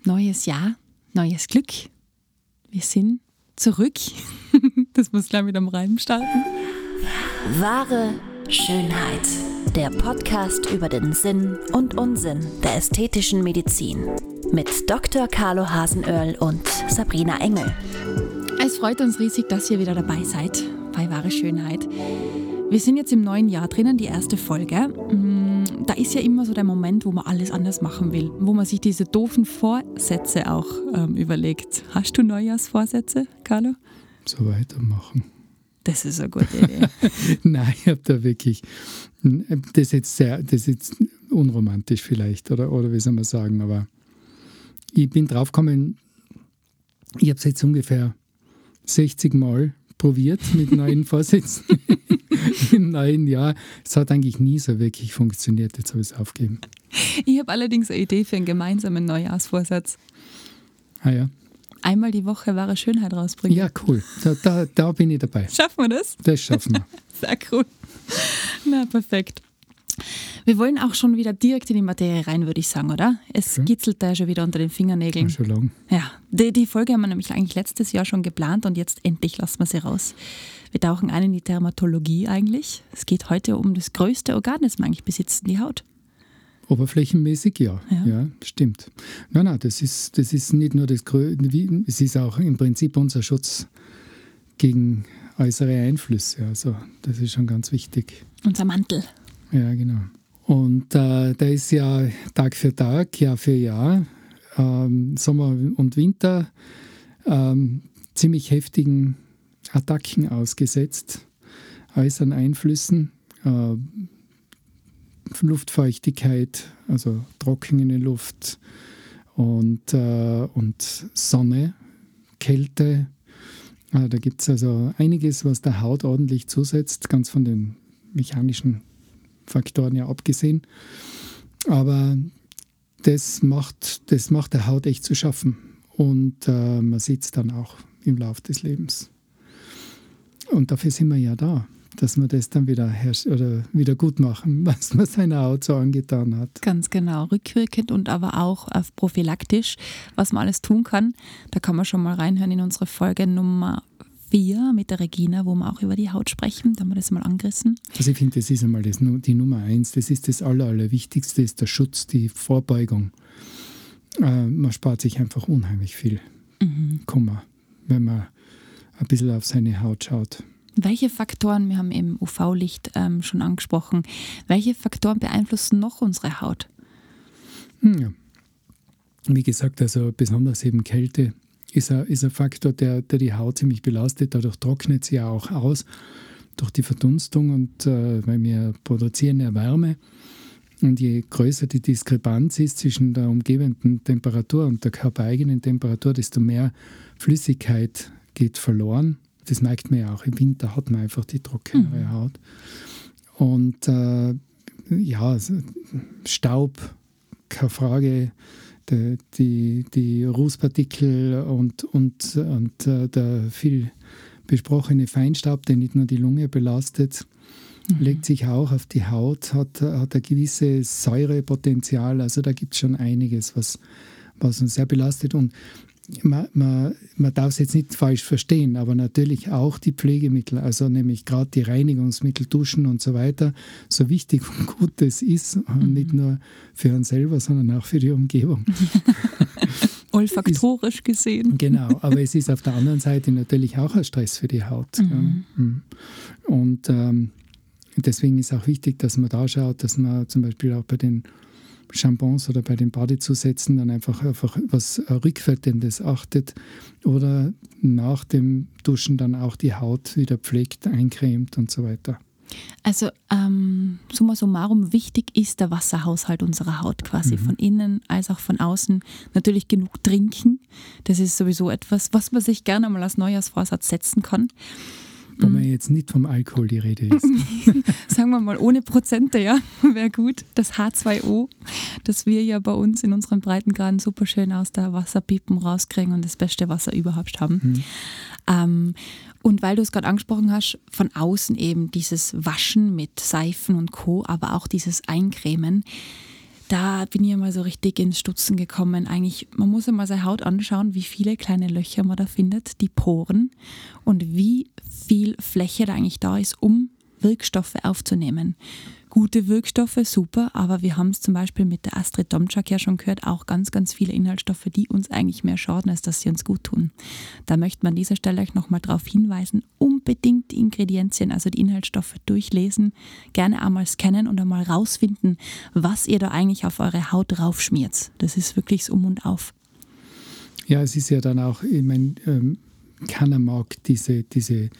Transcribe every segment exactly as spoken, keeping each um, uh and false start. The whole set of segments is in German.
Neues Jahr, neues Glück. Wir sind zurück. Das muss gleich mit am Reim starten. Wahre Schönheit. Der Podcast über den Sinn und Unsinn der ästhetischen Medizin. Mit Doktor Carlo Hasenöhrl und Sabrina Engel. Es freut uns riesig, dass ihr wieder dabei seid bei Wahre Schönheit. Wir sind jetzt im neuen Jahr drinnen, die erste Folge. Da ist ja immer so der Moment, wo man alles anders machen will, wo man sich diese doofen Vorsätze auch ähm, überlegt. Hast du Neujahrsvorsätze, Carlo? So weitermachen. Das ist eine gute Idee. Nein, ich habe da wirklich, das ist jetzt sehr, das ist jetzt unromantisch vielleicht, oder, oder wie soll man sagen, aber ich bin draufgekommen, ich habe es jetzt ungefähr sechzig Mal probiert mit neuen Vorsätzen im neuen Jahr. Es hat eigentlich nie so wirklich funktioniert, jetzt habe ich es aufgegeben. Ich habe allerdings eine Idee für einen gemeinsamen Neujahrsvorsatz. Ah ja. Einmal die Woche wahre Schönheit rausbringen. Ja, cool. Da, da, da bin ich dabei. Schaffen wir das? Das schaffen wir. Sehr cool. Na, perfekt. Wir wollen auch schon wieder direkt in die Materie rein, würde ich sagen, oder? Es Okay. kitzelt da schon wieder unter den Fingernägeln. Schon lang. Ja, die, die Folge haben wir nämlich eigentlich letztes Jahr schon geplant und jetzt endlich lassen wir sie raus. Wir tauchen ein in die Dermatologie eigentlich. Es geht heute um das größte Organ, das wir eigentlich besitzen, die Haut. Oberflächenmäßig, ja. Ja. ja. stimmt. Nein, nein, das ist, das ist nicht nur das Größte, es ist auch im Prinzip unser Schutz gegen äußere Einflüsse. Also das ist schon ganz wichtig. Unser Mantel. Ja, genau. Und äh, da ist ja Tag für Tag, Jahr für Jahr, ähm, Sommer und Winter ähm, ziemlich heftigen Attacken ausgesetzt, äußeren Einflüssen, äh, Luftfeuchtigkeit, also trockene Luft und, äh, und Sonne, Kälte. Äh, da gibt es also einiges, was der Haut ordentlich zusetzt, ganz von den mechanischen Faktoren ja abgesehen. Aber das macht, das macht der Haut echt zu schaffen. Und äh, man sieht es dann auch im Laufe des Lebens. Und dafür sind wir ja da, dass wir das dann wieder, herst- oder wieder gut machen, was man seiner Haut so angetan hat. Ganz genau, rückwirkend und aber auch äh, prophylaktisch, was man alles tun kann. Da kann man schon mal reinhören in unsere Folge Nummer vier mit der Regina, wo wir auch über die Haut sprechen. Da haben wir das mal angerissen. Also ich finde, das ist einmal das, Nu- die Nummer eins. Das ist das Aller, Allerwichtigste, ist der Schutz, die Vorbeugung. Äh, man spart sich einfach unheimlich viel Mhm. Kummer, wenn man ein bisschen auf seine Haut schaut. Welche Faktoren, wir haben eben U V-Licht ähm, schon angesprochen, welche Faktoren beeinflussen noch unsere Haut? Hm, ja. Wie gesagt, also besonders eben Kälte ist ein, ist ein Faktor, der, der die Haut ziemlich belastet. Dadurch trocknet sie ja auch aus durch die Verdunstung und äh, weil wir produzieren ja Wärme. Und je größer die Diskrepanz ist zwischen der umgebenden Temperatur und der körpereigenen Temperatur, desto mehr Flüssigkeit geht verloren. Das merkt man ja auch. Im Winter hat man einfach die trockenere Mhm. Haut. Und äh, ja, also Staub, keine Frage. Die, die, die Rußpartikel und, und, und äh, der viel besprochene Feinstaub, der nicht nur die Lunge belastet, Mhm. legt sich auch auf die Haut, hat, hat ein gewisses Säurepotenzial. Also da gibt es schon einiges, was, was uns sehr belastet. Und man, man, man darf es jetzt nicht falsch verstehen, aber natürlich auch die Pflegemittel, also nämlich gerade die Reinigungsmittel, Duschen und so weiter, so wichtig und gut das ist, Mhm. nicht nur für uns selber, sondern auch für die Umgebung. Olfaktorisch gesehen. Genau, aber es ist auf der anderen Seite natürlich auch ein Stress für die Haut. Mhm. Ja. Mhm. Und ähm, deswegen ist auch wichtig, dass man da schaut, dass man zum Beispiel auch bei den Shampoos oder bei den Badezusätzen dann einfach einfach was Rückfettendes achtet oder nach dem Duschen dann auch die Haut wieder pflegt, eincremt und so weiter. Also ähm, summa summarum, wichtig ist der Wasserhaushalt unserer Haut quasi, Mhm. von innen als auch von außen. Natürlich genug trinken, das ist sowieso etwas, was man sich gerne mal als Neujahrsvorsatz setzen kann. Wobei jetzt nicht vom Alkohol die Rede ist. Sagen wir mal ohne Prozente, ja, wäre gut. Das H zwei O, das wir ja bei uns in unseren Breitengraden super schön aus der Wasserpiepen rauskriegen und das beste Wasser überhaupt haben. Mhm. Ähm, und weil du es gerade angesprochen hast, von außen eben dieses Waschen mit Seifen und Co., aber auch dieses Eincremen. Da bin ich einmal so richtig ins Stutzen gekommen. Eigentlich, man muss einmal seine Haut anschauen, wie viele kleine Löcher man da findet, die Poren, und wie viel Fläche da eigentlich da ist, um Wirkstoffe aufzunehmen. Gute Wirkstoffe, super, aber wir haben es zum Beispiel mit der Astrid Domczak ja schon gehört, auch ganz, ganz viele Inhaltsstoffe, die uns eigentlich mehr schaden, als dass sie uns gut tun. Da möchte man an dieser Stelle euch nochmal darauf hinweisen, unbedingt die Ingredienzien, also die Inhaltsstoffe durchlesen, gerne einmal scannen und einmal rausfinden, was ihr da eigentlich auf eure Haut draufschmiert. Das ist wirklich das Um und Auf. Ja, es ist ja dann auch, ich meine, ähm, keiner mag diese, diese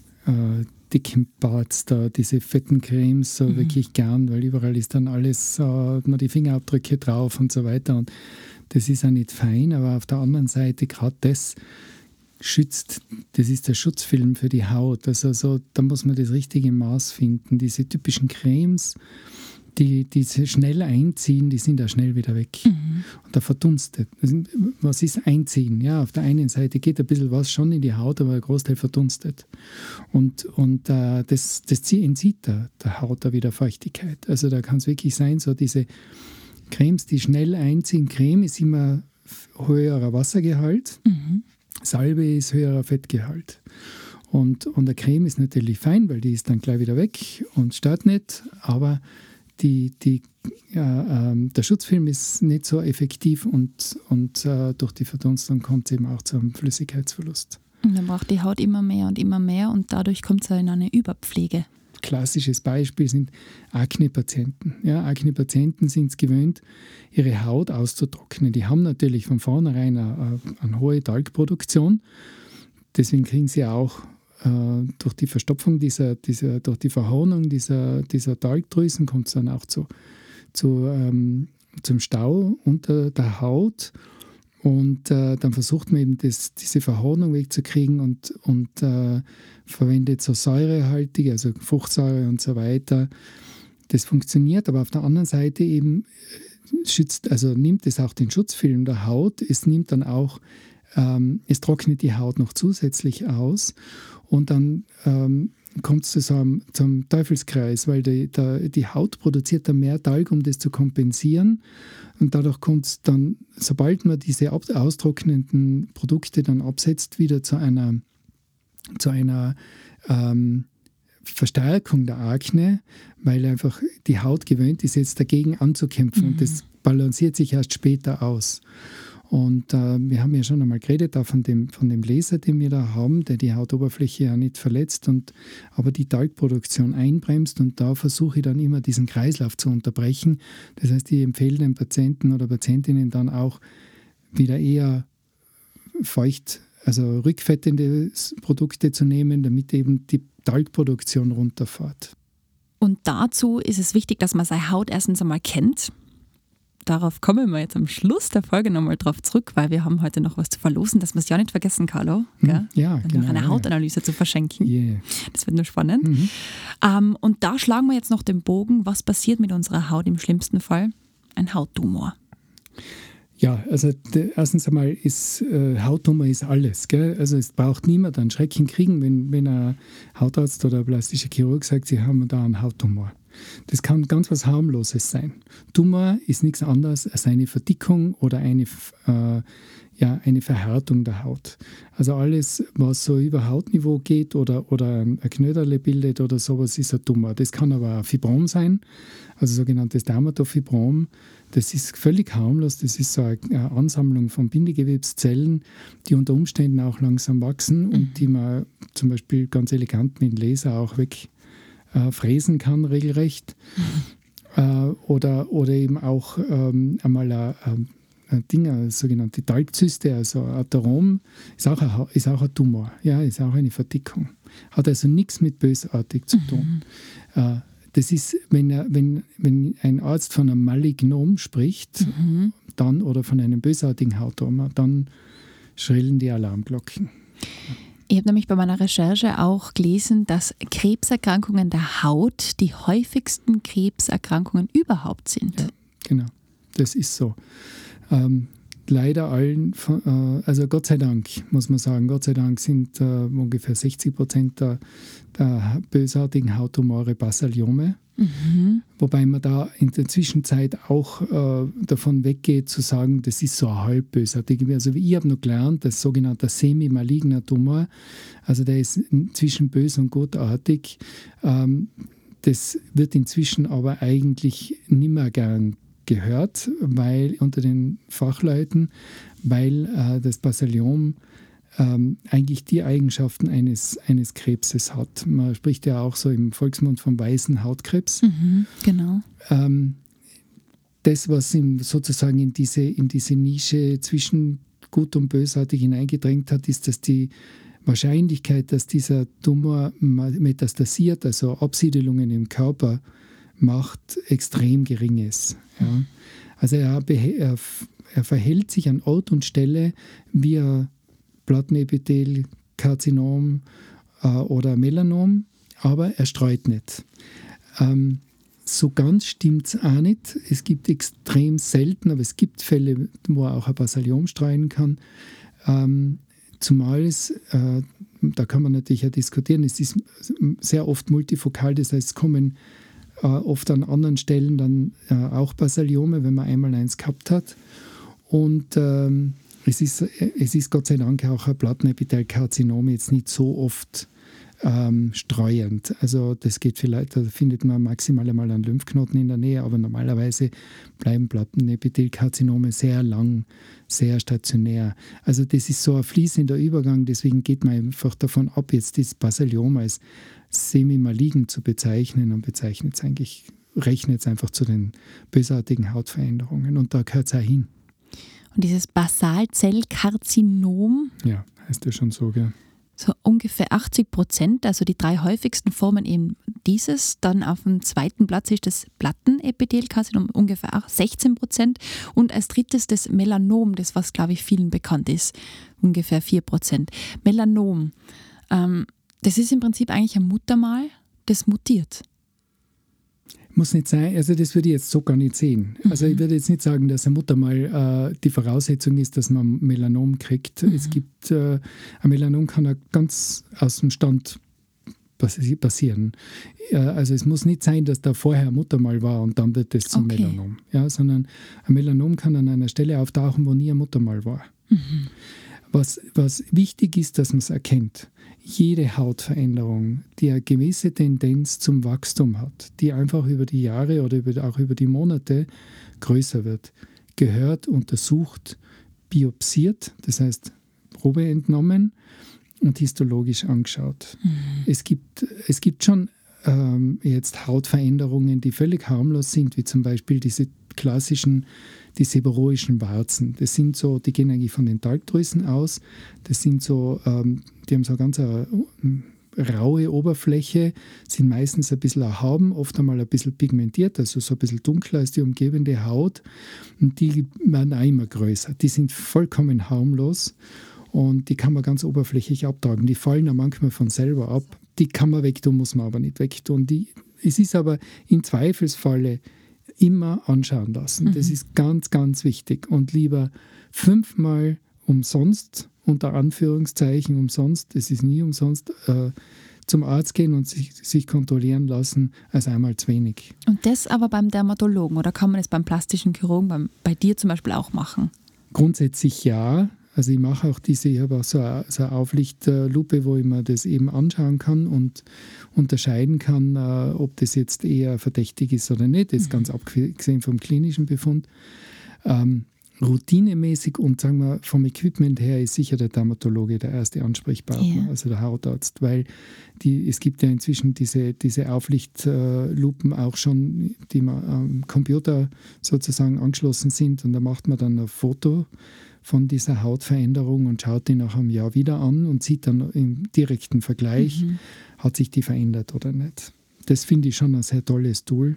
äh, dicken Parts da, diese fetten Cremes so mhm. wirklich gern, weil überall ist dann alles, äh, hat man die Fingerabdrücke drauf und so weiter, und das ist auch nicht fein, aber auf der anderen Seite gerade das schützt, das ist der Schutzfilm für die Haut, also so, da muss man das richtige Maß finden. Diese typischen Cremes, die, die schnell einziehen, die sind da schnell wieder weg. Mhm. Und da verdunstet. Was ist Einziehen? Ja, auf der einen Seite geht ein bisschen was schon in die Haut, aber der Großteil verdunstet. Und, und äh, das, das entzieht der, der Haut da wieder Feuchtigkeit. Also da kann es wirklich sein, so diese Cremes, die schnell einziehen. Creme ist immer höherer Wassergehalt, mhm. Salbe ist höherer Fettgehalt. Und, und eine Creme ist natürlich fein, weil die ist dann gleich wieder weg und stört nicht, aber Die, die, äh, äh, der Schutzfilm ist nicht so effektiv, und, und äh, durch die Verdunstung kommt es eben auch zu einem Flüssigkeitsverlust. Und dann braucht die Haut immer mehr und immer mehr, und dadurch kommt es in eine Überpflege. Klassisches Beispiel sind Akne-Patienten. Ja, Akne-Patienten sind es gewöhnt, ihre Haut auszutrocknen. Die haben natürlich von vornherein eine, eine hohe Talgproduktion, deswegen kriegen sie auch durch die Verstopfung dieser, dieser, durch die Verhornung dieser, dieser Talgdrüsen kommt es dann auch zu, zu, ähm, zum Stau unter der Haut, und äh, dann versucht man eben das, diese Verhornung wegzukriegen und, und äh, verwendet so säurehaltige, also Fruchtsäure und so weiter. Das funktioniert, aber auf der anderen Seite eben schützt, also nimmt es auch den Schutzfilm der Haut, es nimmt dann auch, ähm, es trocknet die Haut noch zusätzlich aus. Und dann ähm, kommt es zu so einem, zum Teufelskreis, weil die, der, die Haut produziert dann mehr Talg, um das zu kompensieren. Und dadurch kommt es dann, sobald man diese ab, austrocknenden Produkte dann absetzt, wieder zu einer, zu einer ähm, Verstärkung der Akne, weil einfach die Haut gewöhnt ist, jetzt dagegen anzukämpfen. Mhm. Und das balanciert sich erst später aus. Und äh, wir haben ja schon einmal geredet, auch von dem, von dem Laser, den wir da haben, der die Hautoberfläche ja nicht verletzt, und, aber die Talgproduktion einbremst. Und da versuche ich dann immer, diesen Kreislauf zu unterbrechen. Das heißt, ich empfehle den Patienten oder Patientinnen dann auch wieder eher feucht, also rückfettende Produkte zu nehmen, damit eben die Talgproduktion runterfährt. Und dazu ist es wichtig, dass man seine Haut erstens einmal kennt. Darauf kommen wir jetzt am Schluss der Folge nochmal drauf zurück, weil wir haben heute noch was zu verlosen, dass wir es ja nicht vergessen, Carlo. Gell? Ja, und genau. Noch eine Hautanalyse ja. zu verschenken. Yeah. Das wird nur spannend. Mhm. Ähm, und da schlagen wir jetzt noch den Bogen. Was passiert mit unserer Haut im schlimmsten Fall? Ein Hauttumor. Ja, also der, erstens einmal ist äh, Hauttumor ist alles. Gell? Also es braucht niemand einen Schrecken kriegen, wenn, wenn ein Hautarzt oder ein plastischer Chirurg sagt, sie haben da einen Hauttumor. Das kann ganz was Harmloses sein. Tumor ist nichts anderes als eine Verdickung oder eine, äh, ja, eine Verhärtung der Haut. Also alles, was so über Hautniveau geht oder, oder ein Knöderle bildet oder sowas, ist ein Tumor. Das kann aber ein Fibrom sein, also sogenanntes Dermatofibrom. Das ist völlig harmlos. Das ist so eine Ansammlung von Bindegewebszellen, die unter Umständen auch langsam wachsen mhm. und die man zum Beispiel ganz elegant mit dem Laser auch weg Äh, fräsen kann, regelrecht. Mhm. Äh, oder, oder eben auch ähm, einmal ein, ein Ding, eine sogenannte Talgzyste, also ein Atherom, ist auch ein, ist auch ein Tumor, ja, ist auch eine Verdickung. Hat also nichts mit bösartig zu tun. Mhm. Äh, das ist, wenn, er, wenn, wenn ein Arzt von einem Malignom spricht, mhm. dann, oder von einem bösartigen Hauttumor, dann schrillen die Alarmglocken. Ich habe nämlich bei meiner Recherche auch gelesen, dass Krebserkrankungen der Haut die häufigsten Krebserkrankungen überhaupt sind. Ja, genau, das ist so. Ähm, leider allen, äh, also Gott sei Dank, muss man sagen, Gott sei Dank sind äh, ungefähr sechzig Prozent der, der bösartigen Hauttumore Basaliome. Mhm. Wobei man da in der Zwischenzeit auch äh, davon weggeht, zu sagen, das ist so ein halbbösartig. Also ich habe noch gelernt, das sogenannte semi-maligner Tumor, also der ist zwischen bös und gutartig. Ähm, das wird inzwischen aber eigentlich nicht mehr gern gehört, weil unter den Fachleuten, weil äh, das Basaliom ähm, eigentlich die Eigenschaften eines, eines Krebses hat. Man spricht ja auch so im Volksmund vom weißen Hautkrebs. Mhm, genau. Ähm, das, was ihm sozusagen in diese, in diese Nische zwischen gut und bösartig hineingedrängt hat, ist, dass die Wahrscheinlichkeit, dass dieser Tumor metastasiert, also Absiedelungen im Körper macht, extrem gering ist. Ja. Also er, er, er verhält sich an Ort und Stelle wie ein Plattenepithel, Karzinom äh, oder Melanom, aber er streut nicht. Ähm, so ganz stimmt es auch nicht. Es gibt extrem selten, aber es gibt Fälle, wo er auch ein Basaliom streuen kann. Ähm, zumal es, äh, da kann man natürlich ja diskutieren, es ist sehr oft multifokal, das heißt, es kommen äh, oft an anderen Stellen dann äh, auch Basaliome, wenn man einmal eins gehabt hat. Und ähm, Es ist, es ist Gott sei Dank auch ein Plattenepithelkarzinom jetzt nicht so oft ähm, streuend. Also das geht vielleicht, da findet man maximal einmal einen Lymphknoten in der Nähe, aber normalerweise bleiben Plattenepithelkarzinome sehr lang, sehr stationär. Also das ist so ein fließender Übergang, deswegen geht man einfach davon ab, jetzt das Basaliom als semi-malign zu bezeichnen und bezeichnet es eigentlich, rechnet es einfach zu den bösartigen Hautveränderungen und da gehört es auch hin. Und dieses Basalzellkarzinom, ja, heißt ja schon so, gell? So ungefähr achtzig Prozent, also die drei häufigsten Formen eben dieses. Dann auf dem zweiten Platz ist das Plattenepithelkarzinom, ungefähr sechzehn Prozent. Und als drittes das Melanom, das was, glaube ich, vielen bekannt ist, ungefähr vier Prozent. Melanom, ähm, das ist im Prinzip eigentlich ein Muttermal, das mutiert. Muss nicht sein, also das würde ich jetzt so gar nicht sehen. Mhm. Also ich würde jetzt nicht sagen, dass ein Muttermal äh, die Voraussetzung ist, dass man Melanom kriegt. Mhm. Es gibt, äh, ein Melanom kann auch ganz aus dem Stand passieren. Äh, also es muss nicht sein, dass da vorher ein Muttermal war und dann wird das zum okay. Melanom. Ja, sondern ein Melanom kann an einer Stelle auftauchen, wo nie ein Muttermal war. Mhm. Was, was wichtig ist, dass man es erkennt. Jede Hautveränderung, die eine gewisse Tendenz zum Wachstum hat, die einfach über die Jahre oder über, auch über die Monate größer wird, gehört untersucht, biopsiert, das heißt Probe entnommen und histologisch angeschaut. Mhm. Es gibt, es gibt schon ähm, jetzt Hautveränderungen, die völlig harmlos sind, wie zum Beispiel diese klassischen, die seborrhoischen Warzen. Das sind so, die gehen eigentlich von den Talgdrüsen aus. Das sind so, ähm, die haben so eine ganz eine, raue Oberfläche, sind meistens ein bisschen erhaben, oft einmal ein bisschen pigmentiert, also so ein bisschen dunkler als die umgebende Haut. Und die werden auch immer größer. Die sind vollkommen harmlos und die kann man ganz oberflächlich abtragen. Die fallen auch manchmal von selber ab. Die kann man wegtun, muss man aber nicht wegtun. Die, es ist aber im Zweifelsfalle immer anschauen lassen. Mhm. Das ist ganz, ganz wichtig. Und lieber fünfmal umsonst, unter Anführungszeichen umsonst, es ist nie umsonst, äh, zum Arzt gehen und sich, sich kontrollieren lassen, als einmal zu wenig. Und das aber beim Dermatologen oder kann man das beim plastischen Chirurgen, beim, bei dir zum Beispiel auch machen? Grundsätzlich ja. Also ich mache auch diese, ich habe auch so eine, so eine Auflichtlupe, wo ich mir das eben anschauen kann und unterscheiden kann, äh, ob das jetzt eher verdächtig ist oder nicht. Das ist mhm. ganz abgesehen vom klinischen Befund. Ähm, routinemäßig und sagen wir vom Equipment her ist sicher der Dermatologe der erste Ansprechpartner, yeah. also der Hautarzt, weil die, es gibt ja inzwischen diese, diese Auflichtlupen auch schon, die man am Computer sozusagen angeschlossen sind und da macht man dann ein Foto von dieser Hautveränderung und schaut die nach einem Jahr wieder an und sieht dann im direkten Vergleich, mhm. hat sich die verändert oder nicht. Das finde ich schon ein sehr tolles Tool.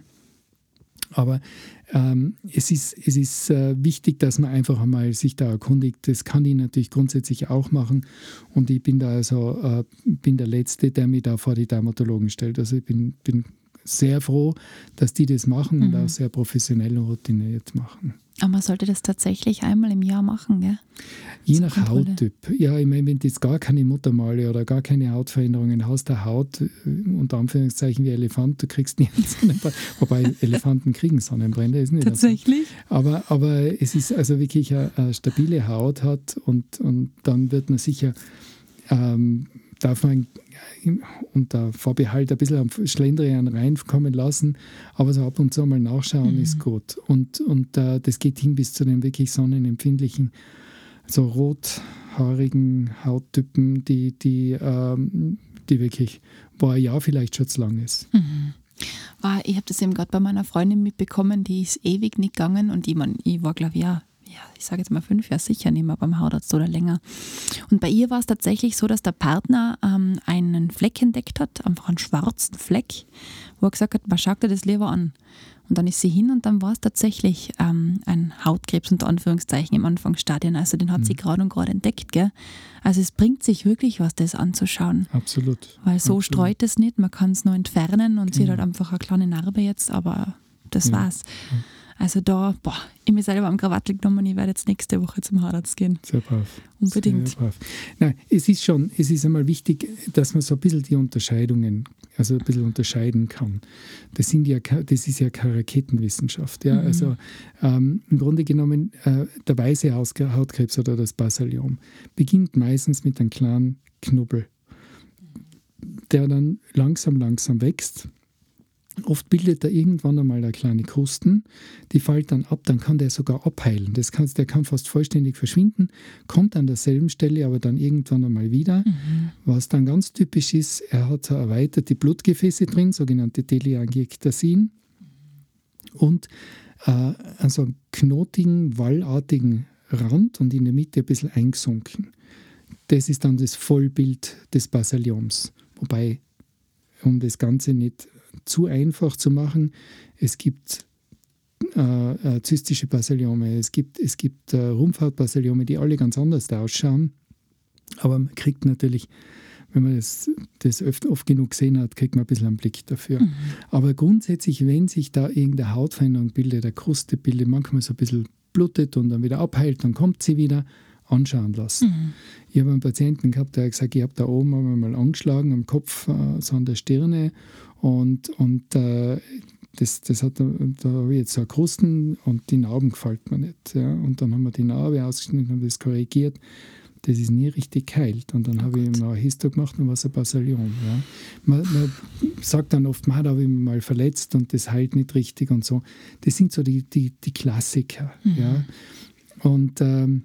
Aber ähm, es ist, es ist äh, wichtig, dass man einfach einmal sich da erkundigt. Das kann ich natürlich grundsätzlich auch machen. Und ich bin da also äh, bin der Letzte, der mich da vor die Dermatologen stellt. Also ich bin, bin sehr froh, dass die das machen und Mhm. auch sehr professionell und routiniert machen. Aber man sollte das tatsächlich einmal im Jahr machen, gell? Je Zur nach Kontrolle. Hauttyp. Ja, ich meine, wenn du jetzt gar keine Muttermale oder gar keine Hautveränderungen hast, der Haut, äh, unter Anführungszeichen wie Elefant, du kriegst nie einen Sonnenbrand. Wobei Elefanten kriegen Sonnenbrände, ist nicht so. Tatsächlich? Aber, aber es ist also wirklich eine, eine stabile Haut hat und, und dann wird man sicher, ähm, darf man unter Vorbehalt ein bisschen am Schlendrian reinkommen lassen, aber so ab und zu mal nachschauen Mhm. ist gut. Und, und äh, das geht hin bis zu den wirklich sonnenempfindlichen, so rothaarigen Hauttypen, die, die, ähm, die wirklich, wo ein Jahr vielleicht schon zu lang ist. Mhm. War, ich habe das eben gerade bei meiner Freundin mitbekommen, die ist ewig nicht gegangen und ich, mein, ich war, glaube ich, ja, ja, ich sage jetzt mal fünf Jahre sicher nicht mehr beim Hautarzt oder länger. Und bei ihr war es tatsächlich so, dass der Partner ähm, einen Fleck entdeckt hat, einfach einen schwarzen Fleck, wo er gesagt hat, was schaut dir das lieber an? Und dann ist sie hin und dann war es tatsächlich ähm, ein Hautkrebs unter Anführungszeichen im Anfangsstadien. Also den hat Mhm. sie gerade und gerade entdeckt. Gell? Also es bringt sich wirklich was, das anzuschauen. Absolut. Weil so Absolut. streut es nicht, man kann es nur entfernen und sie hat Genau. halt einfach eine kleine Narbe jetzt, aber das Ja. war's. Also da, boah, ich mir selber am Krawattel genommen, ich werde jetzt nächste Woche zum Hautarzt gehen. Sehr brav. Unbedingt. Sehr brav. Nein, es ist schon, es ist einmal wichtig, dass man so ein bisschen die Unterscheidungen, also ein bisschen unterscheiden kann. Das, sind ja, ke- das ist ja keine Raketenwissenschaft. Ja? Mhm. Also ähm, im Grunde genommen, äh, der weiße Haus- Hautkrebs oder das Basaliom beginnt meistens mit einem kleinen Knubbel, der dann langsam, langsam wächst. Oft bildet er irgendwann einmal eine kleine Krusten, die fällt dann ab, dann kann der sogar abheilen. Das kann, der kann fast vollständig verschwinden, kommt an derselben Stelle aber dann irgendwann einmal wieder. Mhm. Was dann ganz typisch ist, er hat so erweiterte Blutgefäße drin, sogenannte Telangiektasien und äh, also einen knotigen, wallartigen Rand und in der Mitte ein bisschen eingesunken. Das ist dann das Vollbild des Basalioms. Wobei, um das Ganze nicht zu einfach zu machen, es gibt äh, äh, zystische Basaliome, es gibt, es gibt äh, Rumpfhautbasaliome, die alle ganz anders ausschauen. Aber man kriegt natürlich, wenn man das, das oft, oft genug gesehen hat, kriegt man ein bisschen einen Blick dafür. Mhm. Aber grundsätzlich, wenn sich da irgendeine Hautveränderung bildet, eine Kruste bildet, manchmal so ein bisschen blutet und dann wieder abheilt, dann kommt sie wieder, anschauen lassen. Mhm. Ich habe einen Patienten gehabt, der hat gesagt, ich habe da oben einmal angeschlagen am Kopf, äh, so an der Stirne und, und äh, das, das hat, da habe ich jetzt so eine Krusten und die Narben gefällt mir nicht. Ja. Und dann haben wir die Narbe ausgeschnitten und das korrigiert. Das ist nie richtig geheilt. Und dann Oh habe ich Gott. ihm ein Histo gemacht und war es ein Basaliom. Ja. Man, man sagt dann oft, man, da habe ich mich mal verletzt und das heilt nicht richtig und so. Das sind so die, die, die Klassiker. Mhm. Ja. Und ähm,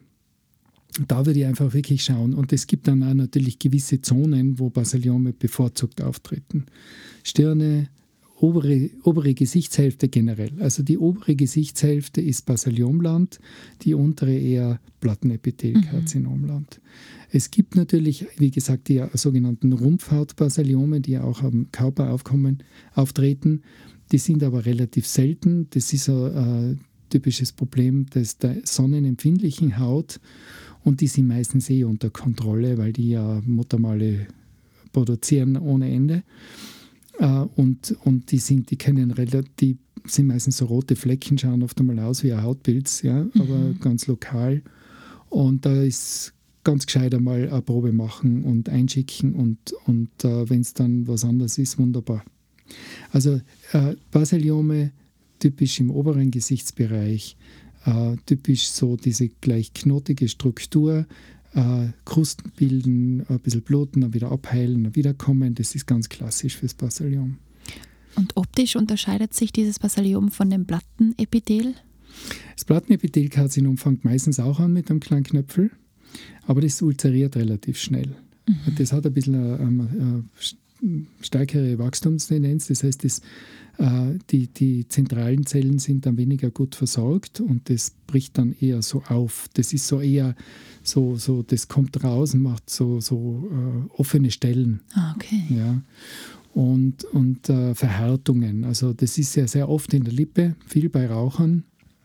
da würde ich einfach wirklich schauen. Und es gibt dann auch natürlich gewisse Zonen, wo Basaliome bevorzugt auftreten. Stirne, obere, obere Gesichtshälfte generell. Also die obere Gesichtshälfte ist Basaliomland, die untere eher Plattenepithelkarzinomland. Es gibt natürlich, wie gesagt, die sogenannten Rumpfhautbasaliome, die auch am Körper aufkommen, auftreten. Die sind aber relativ selten. Das ist ein äh, typisches Problem des, der sonnenempfindlichen Haut. Und die sind meistens eh unter Kontrolle, weil die ja Muttermale produzieren ohne Ende. Äh, und, und die sind, die können relativ, sind meistens so rote Flecken, schauen oft einmal aus wie ein Hautpilz, ja, aber Mhm. ganz lokal. Und da ist ganz gescheit einmal eine Probe machen und einschicken und, und äh, wenn es dann was anderes ist, wunderbar. Also äh, Basaliome typisch im oberen Gesichtsbereich, äh, typisch so diese gleich knotige Struktur, äh, Krusten bilden, ein bisschen bluten, dann wieder abheilen, dann wiederkommen. Das ist ganz klassisch fürs Basaliom. Und optisch unterscheidet sich dieses Basaliom von dem Plattenepithel? Das Plattenepithelkarzinom fängt meistens auch an mit einem kleinen Knöpfel, aber das ulzeriert relativ schnell. Mhm. Das hat ein bisschen eine, eine stärkere Wachstumstendenz, das heißt, das, äh, die, die zentralen Zellen sind dann weniger gut versorgt und das bricht dann eher so auf. Das ist so eher so, so das kommt raus und macht so, so äh, offene Stellen. Ah, okay. Ja. Und, und äh, Verhärtungen. Also das ist sehr, sehr oft in der Lippe, viel bei Rauchern.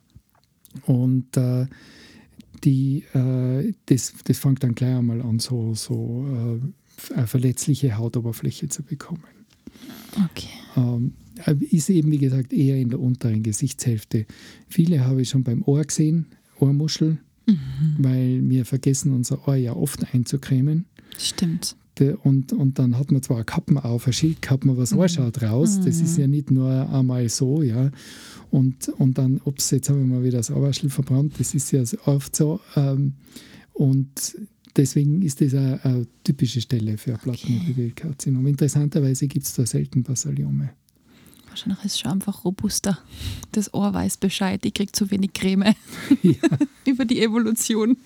Und äh, die, äh, das, das fängt dann gleich einmal an, so, so äh, eine verletzliche Hautoberfläche zu bekommen. Okay. Ähm, ist eben, wie gesagt, eher in der unteren Gesichtshälfte. Viele habe ich schon beim Ohr gesehen, Ohrmuschel, mhm. weil wir vergessen, unser Ohr ja oft einzucremen. Stimmt. Und, und dann hat man zwar eine Kappen auf, eine Schildkappen, aber das Ohr schaut raus. Das ist ja nicht nur einmal so, ja. Und, und dann, ups, jetzt habe ich mal wieder das Ohrwaschel verbrannt, das ist ja oft so. Ähm, und deswegen ist das eine, eine typische Stelle für ein Plattenepithelkarzinom. Interessanterweise gibt es da selten Basaliome. Wahrscheinlich ist es schon einfach robuster. Das Ohr weiß Bescheid, ich kriege zu wenig Creme ja. über die Evolution.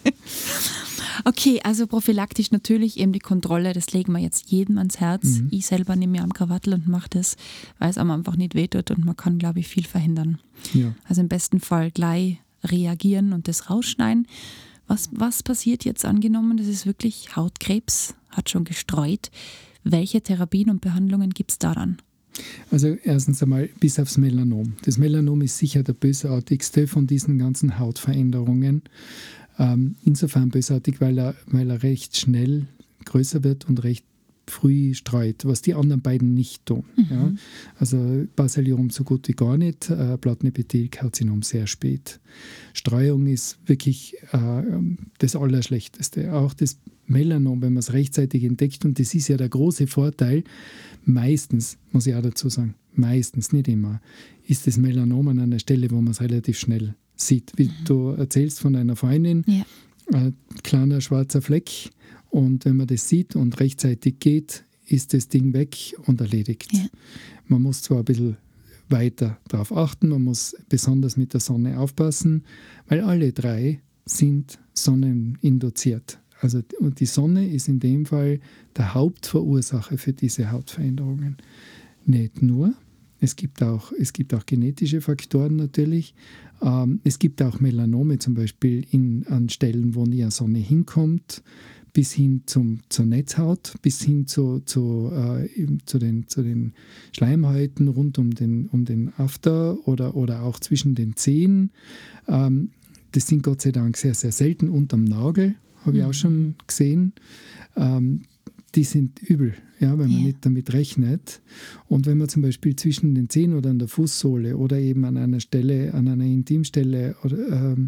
Okay, also prophylaktisch natürlich eben die Kontrolle, das legen wir jetzt jedem ans Herz. Mhm. Ich selber nehme mir am Krawattel und mache das, weil es einem einfach nicht wehtut und man kann, glaube ich, viel verhindern. Ja. Also im besten Fall gleich reagieren und das rausschneiden. Was, was passiert jetzt angenommen? Das ist wirklich Hautkrebs, hat schon gestreut. Welche Therapien und Behandlungen gibt es daran? Also erstens einmal bis aufs Melanom. Das Melanom ist sicher der bösartigste von diesen ganzen Hautveränderungen. Ähm, insofern bösartig, weil er, weil er recht schnell größer wird und recht früh streut, was die anderen beiden nicht tun. Mhm. Ja. Also Basaliom so gut wie gar nicht, äh, Plattenepithelkarzinom sehr spät. Streuung ist wirklich äh, das Allerschlechteste. Auch das Melanom, wenn man es rechtzeitig entdeckt, und das ist ja der große Vorteil, meistens, muss ich auch dazu sagen, meistens, nicht immer, ist das Melanom an einer Stelle, wo man es relativ schnell sieht. Wie mhm. du erzählst von einer Freundin, ja. ein kleiner schwarzer Fleck, und wenn man das sieht und rechtzeitig geht, ist das Ding weg und erledigt. Ja. Man muss zwar ein bisschen weiter darauf achten, man muss besonders mit der Sonne aufpassen, weil alle drei sind sonneninduziert. Also und die Sonne ist in dem Fall der Hauptverursacher für diese Hautveränderungen. Nicht nur, es gibt auch, es gibt auch genetische Faktoren natürlich. Ähm, es gibt auch Melanome zum Beispiel in, an Stellen, wo nie eine Sonne hinkommt, bis hin zum, zur Netzhaut, bis hin zu, zu, äh, zu, den, zu den Schleimhäuten rund um den, um den After oder, oder auch zwischen den Zehen. Ähm, das sind Gott sei Dank sehr, sehr selten unterm Nagel, habe ich mhm. auch schon gesehen. Ähm, die sind übel, ja, wenn man yeah. nicht damit rechnet. Und wenn man zum Beispiel zwischen den Zehen oder an der Fußsohle oder eben an einer Stelle, an einer Intimstelle oder, ähm,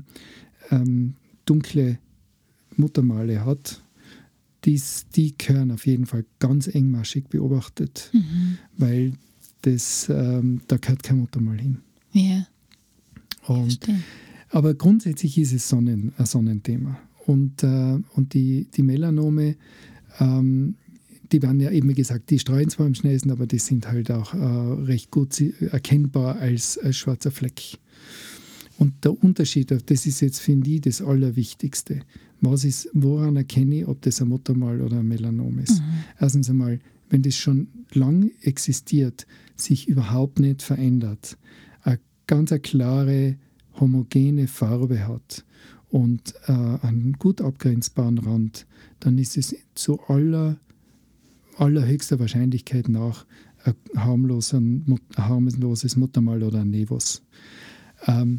ähm, dunkle Muttermale hat, dies, die gehören auf jeden Fall ganz engmaschig beobachtet, mhm. weil das, ähm, da gehört kein Muttermal hin. Ja, und, aber grundsätzlich ist es Sonnen, ein Sonnenthema. Und, äh, und die, die Melanome, ähm, die werden ja eben, wie gesagt, die streuen zwar am schnellsten, aber die sind halt auch äh, recht gut erkennbar als, als schwarzer Fleck. Und der Unterschied, das ist jetzt, finde ich, das Allerwichtigste. Was ist, woran erkenne ich, ob das ein Muttermal oder ein Melanom ist? Mhm. Erstens einmal, wenn das schon lang existiert, sich überhaupt nicht verändert, eine ganz eine klare, homogene Farbe hat und äh, einen gut abgrenzbaren Rand, dann ist es zu aller, allerhöchster Wahrscheinlichkeit nach ein harmloser, ein harmloses Muttermal oder ein Nevus. Ähm,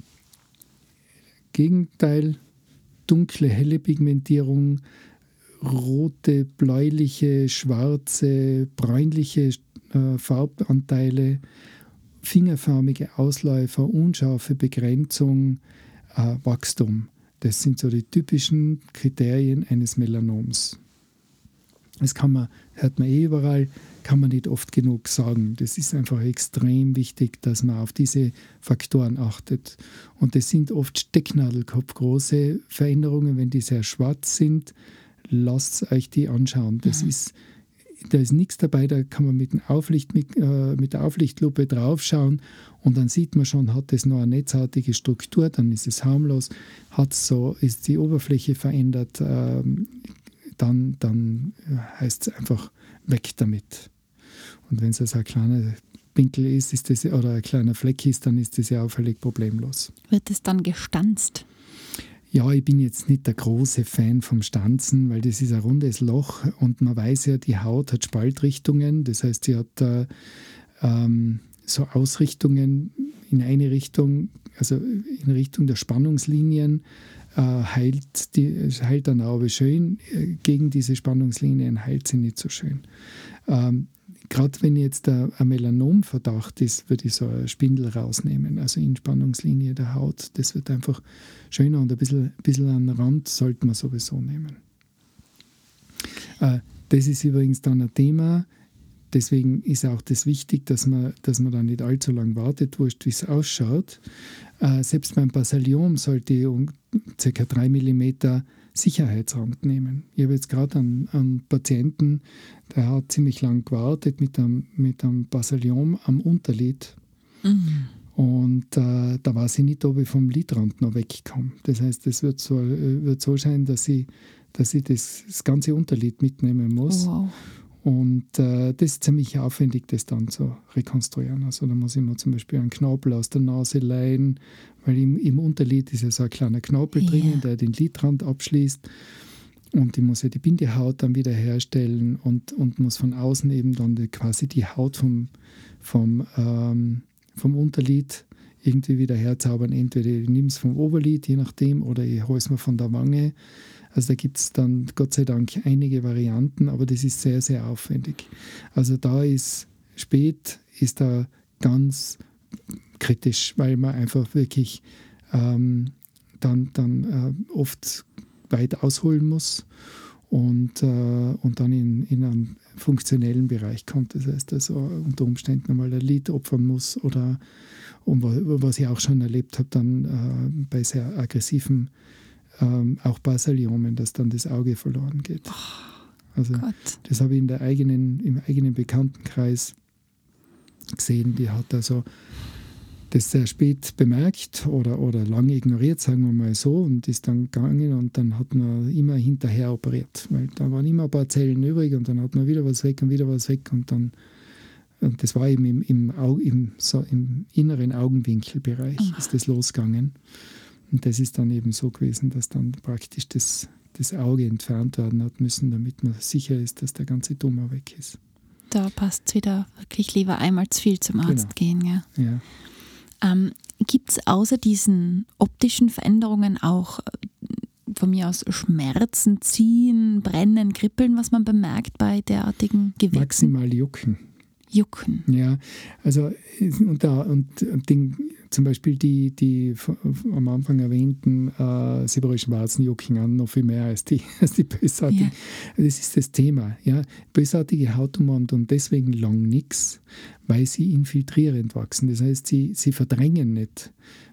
Gegenteil, dunkle, helle Pigmentierung, rote, bläuliche, schwarze, bräunliche äh, Farbanteile, fingerförmige Ausläufer, unscharfe Begrenzung, äh, Wachstum. Das sind so die typischen Kriterien eines Melanoms. Das kann man, hört man eh überall, kann man nicht oft genug sagen. Das ist einfach extrem wichtig, dass man auf diese Faktoren achtet. Und das sind oft stecknadelkopfgroße Veränderungen. Wenn die sehr schwarz sind, lasst euch die anschauen. Das mhm. ist, da ist nichts dabei, da kann man mit, dem Auflicht, mit, äh, mit der Auflichtlupe draufschauen und dann sieht man schon, hat das noch eine netzartige Struktur, dann ist es harmlos, hat so, ist die Oberfläche verändert, ähm, dann, dann heißt es einfach weg damit. Und wenn es also ein kleiner Pinkel ist, ist das, oder ein kleiner Fleck ist, dann ist das ja auch völlig problemlos. Wird es dann gestanzt? Ja, ich bin jetzt nicht der große Fan vom Stanzen, weil das ist ein rundes Loch und man weiß ja, die Haut hat Spaltrichtungen, das heißt, sie hat äh, ähm, so Ausrichtungen in eine Richtung, also in Richtung der Spannungslinien, äh, heilt, die, heilt der Narbe schön, äh, gegen diese Spannungslinien heilt sie nicht so schön. Ähm, gerade wenn jetzt ein, ein Melanomverdacht ist, würde ich so eine Spindel rausnehmen, also Inspannungslinie der Haut. Das wird einfach schöner und ein bisschen, bisschen an den Rand sollte man sowieso nehmen. Äh, das ist übrigens dann ein Thema, deswegen ist auch das wichtig, dass man, dass man da nicht allzu lange wartet, wurscht, wie es ausschaut. Äh, selbst beim Basaliom sollte ich um ca. drei Millimeter Sicherheitsrand nehmen. Ich habe jetzt gerade einen, einen Patienten, der hat ziemlich lang gewartet mit einem, mit einem Basaliom am Unterlid. Mhm. Und äh, da weiß ich nicht, ob ich vom Lidrand noch wegkomme. Das heißt, es wird so, wird so sein, dass ich, dass ich das, das ganze Unterlid mitnehmen muss. Wow. Und äh, das ist ziemlich aufwendig, das dann zu rekonstruieren. Also da muss ich mir zum Beispiel einen Knorpel aus der Nase leihen, weil im, im Unterlid ist ja so ein kleiner Knorpel yeah. drinnen, der den Lidrand abschließt. Und ich muss ja die Bindehaut dann wieder herstellen und, und muss von außen eben dann die, quasi die Haut vom, vom, ähm, vom Unterlid irgendwie wieder herzaubern. Entweder ich nehme es vom Oberlid, je nachdem, oder ich hole es mir von der Wange. Also da gibt es dann Gott sei Dank einige Varianten, aber das ist sehr, sehr aufwendig. Also da ist spät, ist da ganz kritisch, weil man einfach wirklich ähm, dann, dann äh, oft weit ausholen muss und, äh, und dann in, in einen funktionellen Bereich kommt. Das heißt, also unter Umständen einmal ein Lid opfern muss oder, und was ich auch schon erlebt habe, dann äh, bei sehr aggressiven Ähm, auch Basaliomen, dass dann das Auge verloren geht. Oh, also Gott. Das habe ich in der eigenen, im eigenen Bekanntenkreis gesehen. Die hat also das sehr spät bemerkt oder, oder lange ignoriert, sagen wir mal so, und ist dann gegangen und dann hat man immer hinterher operiert, weil da waren immer ein paar Zellen übrig und dann hat man wieder was weg und wieder was weg und dann, und das war eben im, im, Au, im, so im inneren Augenwinkelbereich oh. ist das losgegangen. Und das ist dann eben so gewesen, dass dann praktisch das, das Auge entfernt werden hat müssen, damit man sicher ist, dass der ganze Tumor weg ist. Da passt es wieder wirklich lieber einmal zu viel zum Arzt genau. gehen. Ja. Ja. Ähm, gibt es außer diesen optischen Veränderungen auch von mir aus Schmerzen, Ziehen, Brennen, Kribbeln, was man bemerkt bei derartigen Gewebsen? Maximal Jucken. Jucken. Ja, also und, da, und, und den, zum Beispiel die, die am Anfang erwähnten äh, seborrheischen Warzenjucken an, noch viel mehr als die, als die bösartigen. Ja. Das ist das Thema. Ja. Bösartige Hauttumoren tun deswegen lang nichts, weil sie infiltrierend wachsen. Das heißt, sie, sie verdrängen nicht.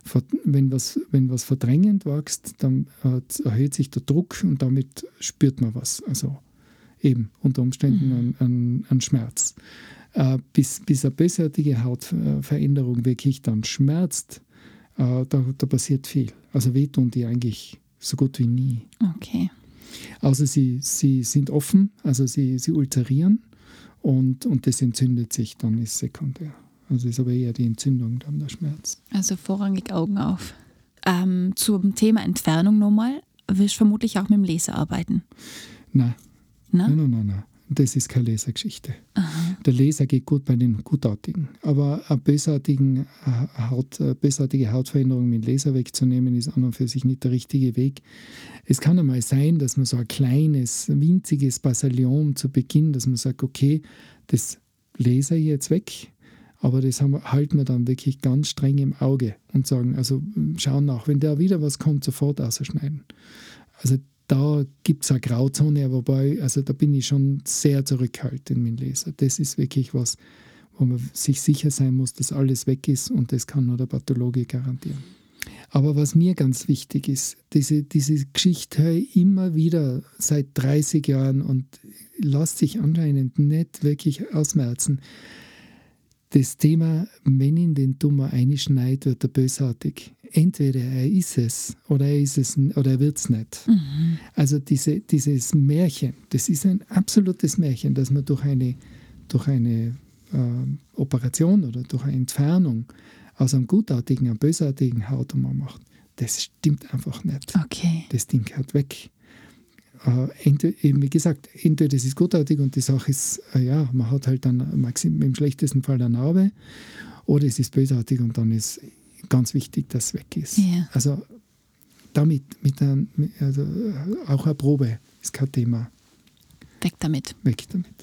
Wenn was, wenn was verdrängend wächst, dann äh, erhöht sich der Druck und damit spürt man was. Also eben unter Umständen mhm. an, an, an Schmerz. Äh, bis, bis eine bösartige Hautveränderung wirklich dann schmerzt, äh, da, da passiert viel. Also wehtun die eigentlich so gut wie nie. Okay. Also sie, sie sind offen, also sie, sie ulzerieren und, und das entzündet sich, dann ist sekundär. Also ist aber eher die Entzündung dann der Schmerz. Also vorrangig Augen auf. Ähm, zum Thema Entfernung nochmal, wirst du vermutlich auch mit dem Laser arbeiten? Nein. Na? Nein, nein, nein, nein. Das ist keine Lasergeschichte. Aha. Der Laser geht gut bei den Gutartigen. Aber eine bösartigen Haut, eine bösartige Hautveränderung mit Laser wegzunehmen, ist an und für sich nicht der richtige Weg. Es kann einmal sein, dass man so ein kleines, winziges Basaliom zu Beginn, dass man sagt, okay, das laser ich jetzt weg, aber das haben, halten wir dann wirklich ganz streng im Auge und sagen, also schauen nach, wenn da wieder was kommt, sofort ausschneiden. Also da gibt es eine Grauzone, wobei, also da bin ich schon sehr zurückhaltend mit dem Laser. Das ist wirklich was, wo man sich sicher sein muss, dass alles weg ist und das kann nur der Pathologe garantieren. Aber was mir ganz wichtig ist, diese, diese Geschichte höre ich immer wieder seit dreißig Jahren und lässt sich anscheinend nicht wirklich ausmerzen. Das Thema, wenn in den Tumor einschneit, wird er bösartig. Entweder er ist es oder er ist es oder er wird es nicht. Mhm. Also diese, dieses Märchen, das ist ein absolutes Märchen, dass man durch eine, durch eine äh, Operation oder durch eine Entfernung aus einem gutartigen, einem bösartigen Hauttumor macht. Das stimmt einfach nicht. Okay. Das Ding gehört weg. Äh, entweder, eben wie gesagt, entweder das ist gutartig und die Sache ist, äh, ja, man hat halt dann maxim, im schlechtesten Fall eine Narbe, oder es ist bösartig und dann ist ganz wichtig, dass es weg ist. Yeah. Also damit, mit ein, also auch eine Probe ist kein Thema. Weg damit. Weg damit.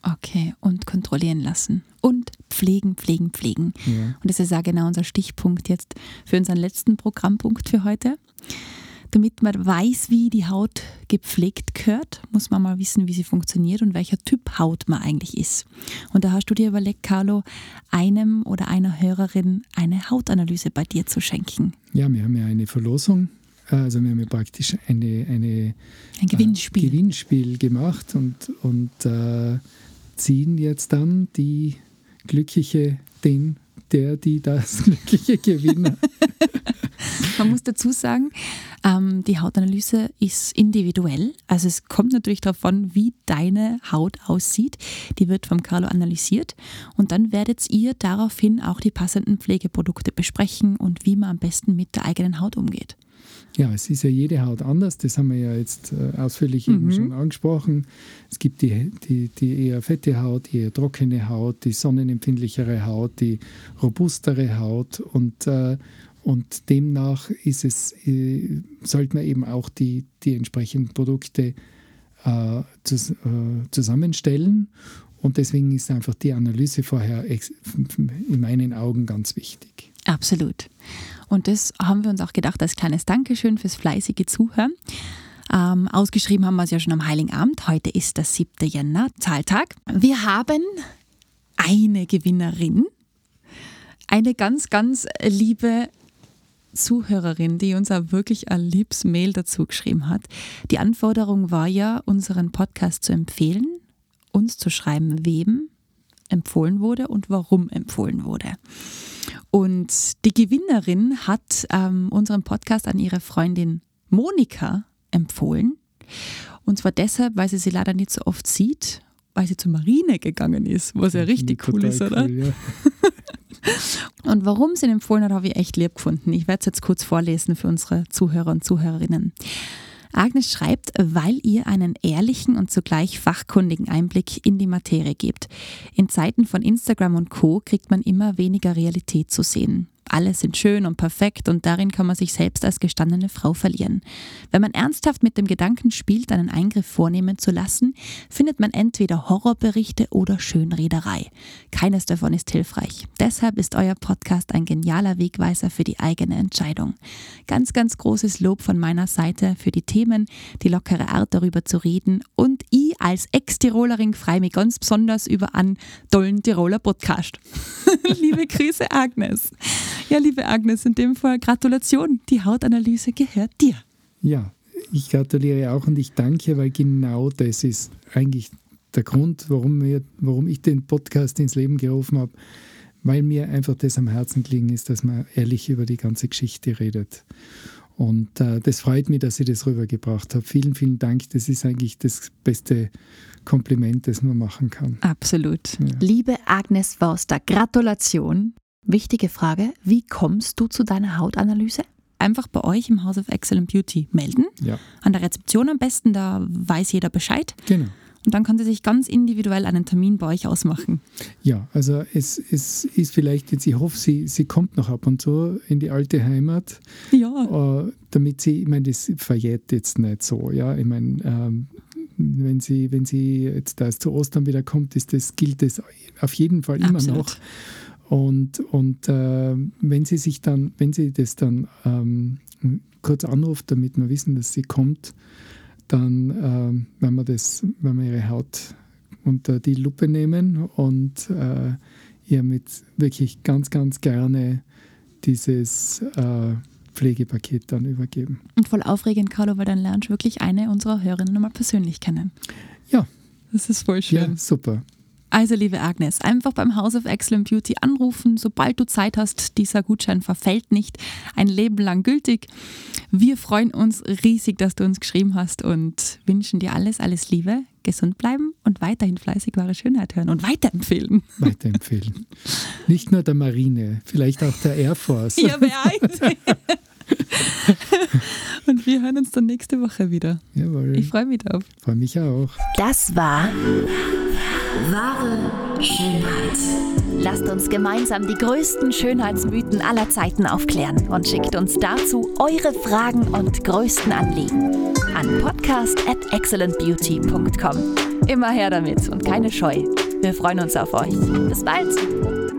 Okay, und kontrollieren lassen. Und pflegen, pflegen, pflegen. Ja. Und das ist ja genau unser Stichpunkt jetzt für unseren letzten Programmpunkt für heute. Damit man weiß, wie die Haut gepflegt gehört, muss man mal wissen, wie sie funktioniert und welcher Typ Haut man eigentlich ist. Und da hast du dir überlegt, Carlo, einem oder einer Hörerin eine Hautanalyse bei dir zu schenken. Ja, wir haben ja eine Verlosung. Also wir haben ja praktisch eine, eine, ein Gewinnspiel. Äh, Gewinnspiel gemacht und, und äh, ziehen jetzt dann die glückliche, den, der, die das glückliche Gewinner. Man muss dazu sagen, ähm, die Hautanalyse ist individuell. Also es kommt natürlich darauf an, wie deine Haut aussieht. Die wird vom Carlo analysiert und dann werdet ihr daraufhin auch die passenden Pflegeprodukte besprechen und wie man am besten mit der eigenen Haut umgeht. Ja, es ist ja jede Haut anders, das haben wir ja jetzt äh, ausführlich mhm. eben schon angesprochen. Es gibt die, die, die eher fette Haut, die eher trockene Haut, die sonnenempfindlichere Haut, die robustere Haut und, äh, und demnach ist es, äh, sollte man eben auch die, die entsprechenden Produkte äh, zus, äh, zusammenstellen und deswegen ist einfach die Analyse vorher ex- in meinen Augen ganz wichtig. Absolut. Und das haben wir uns auch gedacht als kleines Dankeschön fürs fleißige Zuhören. Ähm, ausgeschrieben haben wir es ja schon am Heiligen Abend. Heute ist der siebte Jänner, Zahltag. Wir haben eine Gewinnerin, eine ganz, ganz liebe Zuhörerin, die uns auch wirklich ein liebes Mail dazu geschrieben hat. Die Anforderung war ja, unseren Podcast zu empfehlen, uns zu schreiben, wem empfohlen wurde und warum empfohlen wurde. Und die Gewinnerin hat ähm, unseren Podcast an ihre Freundin Monika empfohlen. Und zwar deshalb, weil sie sie leider nicht so oft sieht, weil sie zur Marine gegangen ist, was ja richtig cool ist, oder? Cool, ja. Und warum sie ihn empfohlen hat, habe ich echt lieb gefunden. Ich werde es jetzt kurz vorlesen für unsere Zuhörer und Zuhörerinnen. Agnes schreibt, weil ihr einen ehrlichen und zugleich fachkundigen Einblick in die Materie gebt. In Zeiten von Instagram und Co. kriegt man immer weniger Realität zu sehen. Alle sind schön und perfekt und darin kann man sich selbst als gestandene Frau verlieren. Wenn man ernsthaft mit dem Gedanken spielt, einen Eingriff vornehmen zu lassen, findet man entweder Horrorberichte oder Schönrederei. Keines davon ist hilfreich. Deshalb ist euer Podcast ein genialer Wegweiser für die eigene Entscheidung. Ganz, ganz großes Lob von meiner Seite für die Themen, die lockere Art darüber zu reden und ich als Ex-Tirolerin freue mich ganz besonders über einen tollen Tiroler Podcast. Liebe Grüße, Agnes. Ja, liebe Agnes, in dem Fall Gratulation. Die Hautanalyse gehört dir. Ja, ich gratuliere auch und ich danke, weil genau das ist eigentlich der Grund, warum, wir, warum ich den Podcast ins Leben gerufen habe, weil mir einfach das am Herzen gelegen ist, dass man ehrlich über die ganze Geschichte redet. Und äh, das freut mich, dass ich das rübergebracht habe. Vielen, vielen Dank. Das ist eigentlich das beste Kompliment, das man machen kann. Absolut. Ja. Liebe Agnes Forster, Gratulation. Wichtige Frage, wie kommst du zu deiner Hautanalyse? Einfach bei euch im House of Excellent Beauty melden. Ja. An der Rezeption am besten, da weiß jeder Bescheid. Genau. Und dann kann sie sich ganz individuell einen Termin bei euch ausmachen. Ja, also es, es ist vielleicht jetzt, ich hoffe, sie, sie kommt noch ab und zu in die alte Heimat. Ja. Äh, damit sie, ich meine, das verjährt jetzt nicht so. Ja, ich meine, ähm, wenn sie, wenn sie jetzt da zu Ostern wieder kommt, ist das, gilt das auf jeden Fall immer Absolut. noch. Und, und äh, wenn sie sich dann, wenn sie das dann ähm, kurz anruft, damit wir wissen, dass sie kommt, dann ähm, wenn wir das, wenn wir ihre Haut unter die Lupe nehmen und äh, ihr mit wirklich ganz, ganz gerne dieses äh, Pflegepaket dann übergeben. Und voll aufregend, Carlo, weil dann lernst du wirklich eine unserer Hörerinnen nochmal persönlich kennen. Ja. Das ist voll schön. Ja, super. Also, liebe Agnes, einfach beim House of Excellent Beauty anrufen, sobald du Zeit hast. Dieser Gutschein verfällt nicht, ein Leben lang gültig. Wir freuen uns riesig, dass du uns geschrieben hast und wünschen dir alles, alles Liebe, gesund bleiben und weiterhin fleißig wahre Schönheit hören und weiterempfehlen. Weiterempfehlen. Nicht nur der Marine, vielleicht auch der Air Force. Ja, beeint. Und wir hören uns dann nächste Woche wieder. Jawohl. Ich freue mich drauf. Freue mich auch. Das war Wahre Schönheit. Lasst uns gemeinsam die größten Schönheitsmythen aller Zeiten aufklären und schickt uns dazu eure Fragen und größten Anliegen. an podcast at excellent beauty punkt com. Immer her damit und keine Scheu. Wir freuen uns auf euch. Bis bald!